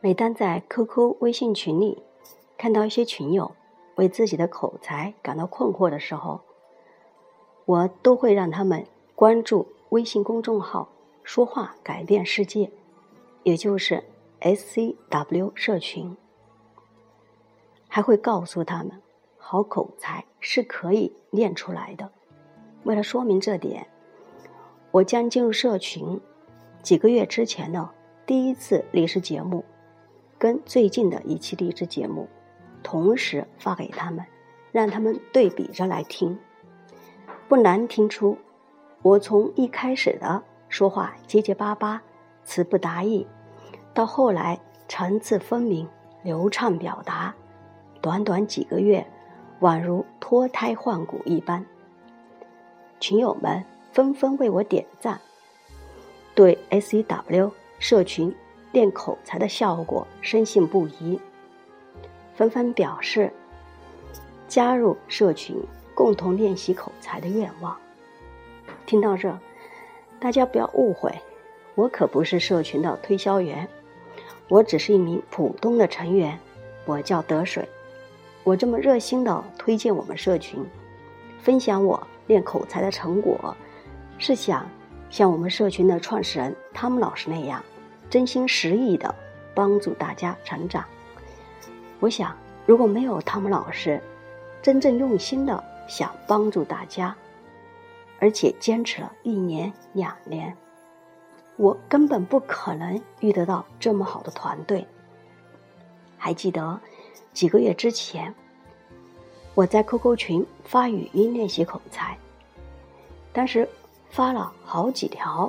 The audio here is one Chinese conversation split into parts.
每当在 QQ 微信群里看到一些群友为自己的口才感到困惑的时候，我都会让他们关注微信公众号说话改变世界，也就是 SCW 社群，还会告诉他们好口才是可以练出来的。为了说明这点，我将进入社群几个月之前的第一次励志节目跟最近的一期励志节目同时发给他们，让他们对比着来听。不难听出，我从一开始的说话结结巴巴、词不达意，到后来层次分明、流畅表达，短短几个月宛如脱胎换骨一般。群友们纷纷为我点赞，对 SCW 社群练口才的效果深信不疑，纷纷表示加入社群共同练习口才的愿望。听到这，大家不要误会，我可不是社群的推销员，我只是一名普通的成员，我叫德水。我这么热心地推荐我们社群，分享我练口才的成果，是想像我们社群的创始人汤姆老师那样，真心实意地帮助大家成长。我想，如果没有汤姆老师真正用心地想帮助大家，而且坚持了1年2年，我根本不可能遇得到这么好的团队。还记得几个月之前，我在 QQ 群发语音练习口才，当时发了好几条，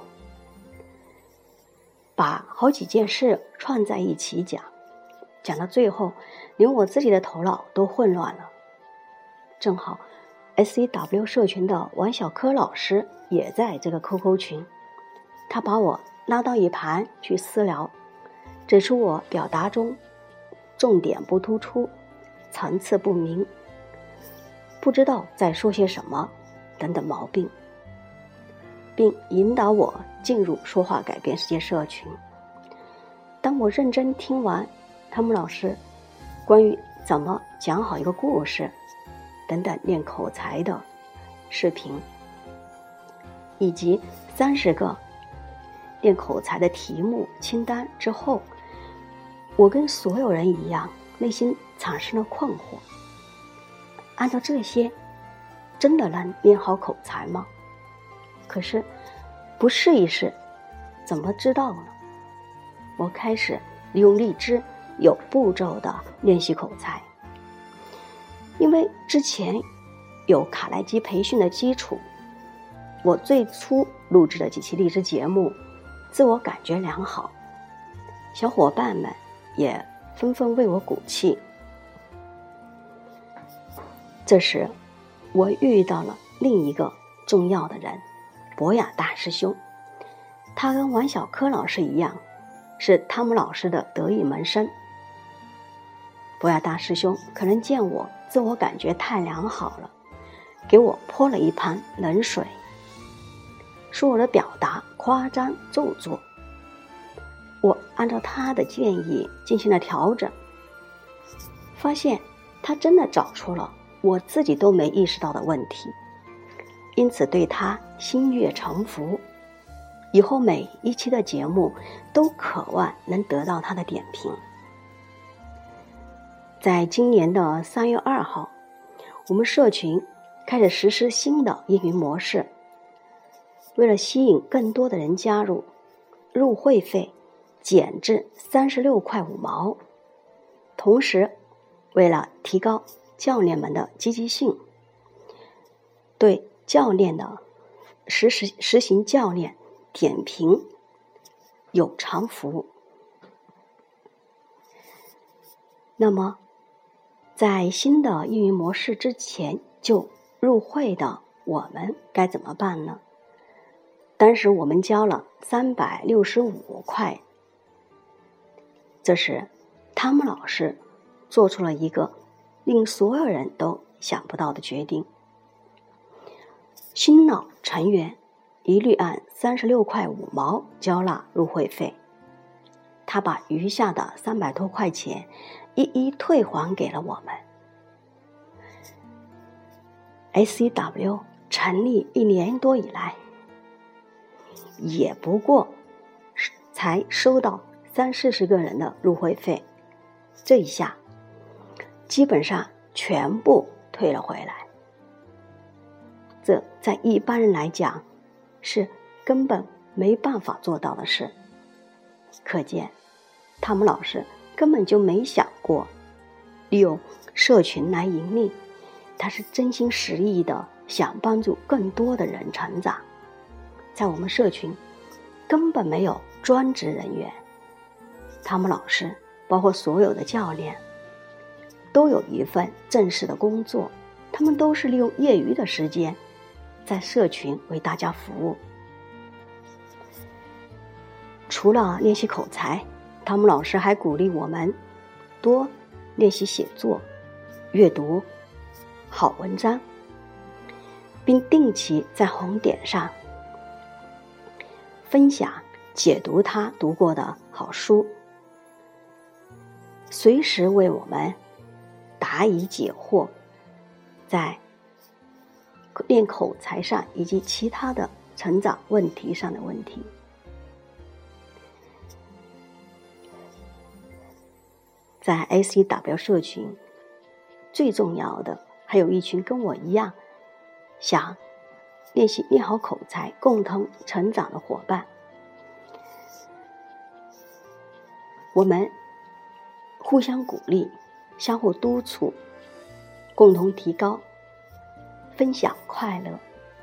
把好几件事串在一起讲，讲到最后连我自己的头脑都混乱了。正好 SCW 社群的王小柯老师也在这个 QQ 群，他把我拉到一旁去私聊，指出我表达中重点不突出，层次不明，不知道在说些什么等等毛病，并引导我进入说话改变世界社群。当我认真听完汤姆老师关于怎么讲好一个故事等等练口才的视频，以及30个练口才的题目清单之后，我跟所有人一样，内心产生了困惑。按照这些，真的能练好口才吗？可是不试一试，怎么知道呢？我开始利用荔枝有步骤的练习口才，因为之前有卡耐基培训的基础，我最初录制的几期励志节目自我感觉良好，小伙伴们也纷纷为我鼓气。这时我遇到了另一个重要的人，博雅大师兄。他跟王小柯老师一样，是汤姆老师的得意门生。博雅大师兄可能见我自我感觉太良好了，给我泼了一盆冷水，说我的表达夸张做作。我按照他的建议进行了调整，发现他真的找出了我自己都没意识到的问题，因此对他心悦诚服。以后每一期的节目都渴望能得到他的点评。在今年的3月2号，我们社群开始实施新的运营模式。为了吸引更多的人加入，入会费减至36块5毛。同时，为了提高教练们的积极性，对教练的实行教练点评有偿服务。那么在新的运营模式之前就入会的我们该怎么办呢？当时我们交了365块。这时汤姆老师做出了一个令所有人都想不到的决定，新老成员一律按36块5毛交纳入会费。他他把余下的300多块钱一一退还给了我们。SCW 成立1年多以来，也不过才收到30-40个人的入会费，这一下基本上全部退了回来。这在一般人来讲是根本没办法做到的事。可见汤姆老师根本就没想过利用社群来盈利，他是真心实意的想帮助更多的人成长。在我们社群根本没有专职人员，汤姆老师包括所有的教练都有一份正式的工作，他们都是利用业余的时间在社群为大家服务。除了练习口才，汤姆老师还鼓励我们多练习写作、阅读好文章，并定期在红点上分享解读他读过的好书，随时为我们答疑解惑，在练口才上以及其他的成长问题上的问题。在 ACW 社群最重要的还有一群跟我一样想练习练好口才共同成长的伙伴，我们互相鼓励，相互督促，共同提高，分享快乐，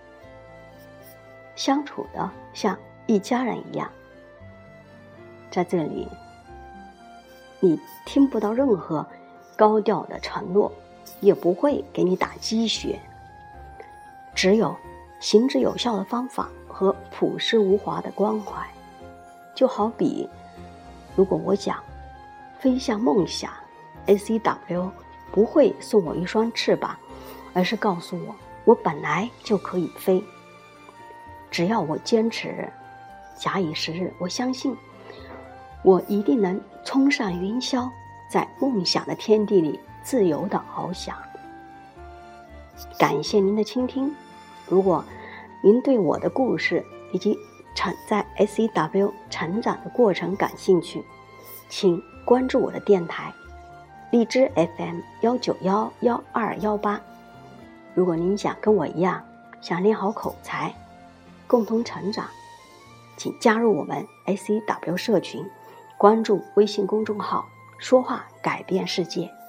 相处的像一家人一样。在这里你听不到任何高调的承诺，也不会给你打鸡血，只有行之有效的方法和朴实无华的关怀。就好比如果我讲飞向梦想， ACW 不会送我一双翅膀，而是告诉我我本来就可以飞，只要我坚持，假以时日，我相信我一定能冲上云霄，在梦想的天地里自由地翱翔。感谢您的倾听，如果您对我的故事以及在 SCW 成长的过程感兴趣，请关注我的电台荔枝 FM 1911218。如果您想跟我一样想练好口才，共同成长，请加入我们 SCW 社群，关注微信公众号说话改变世界。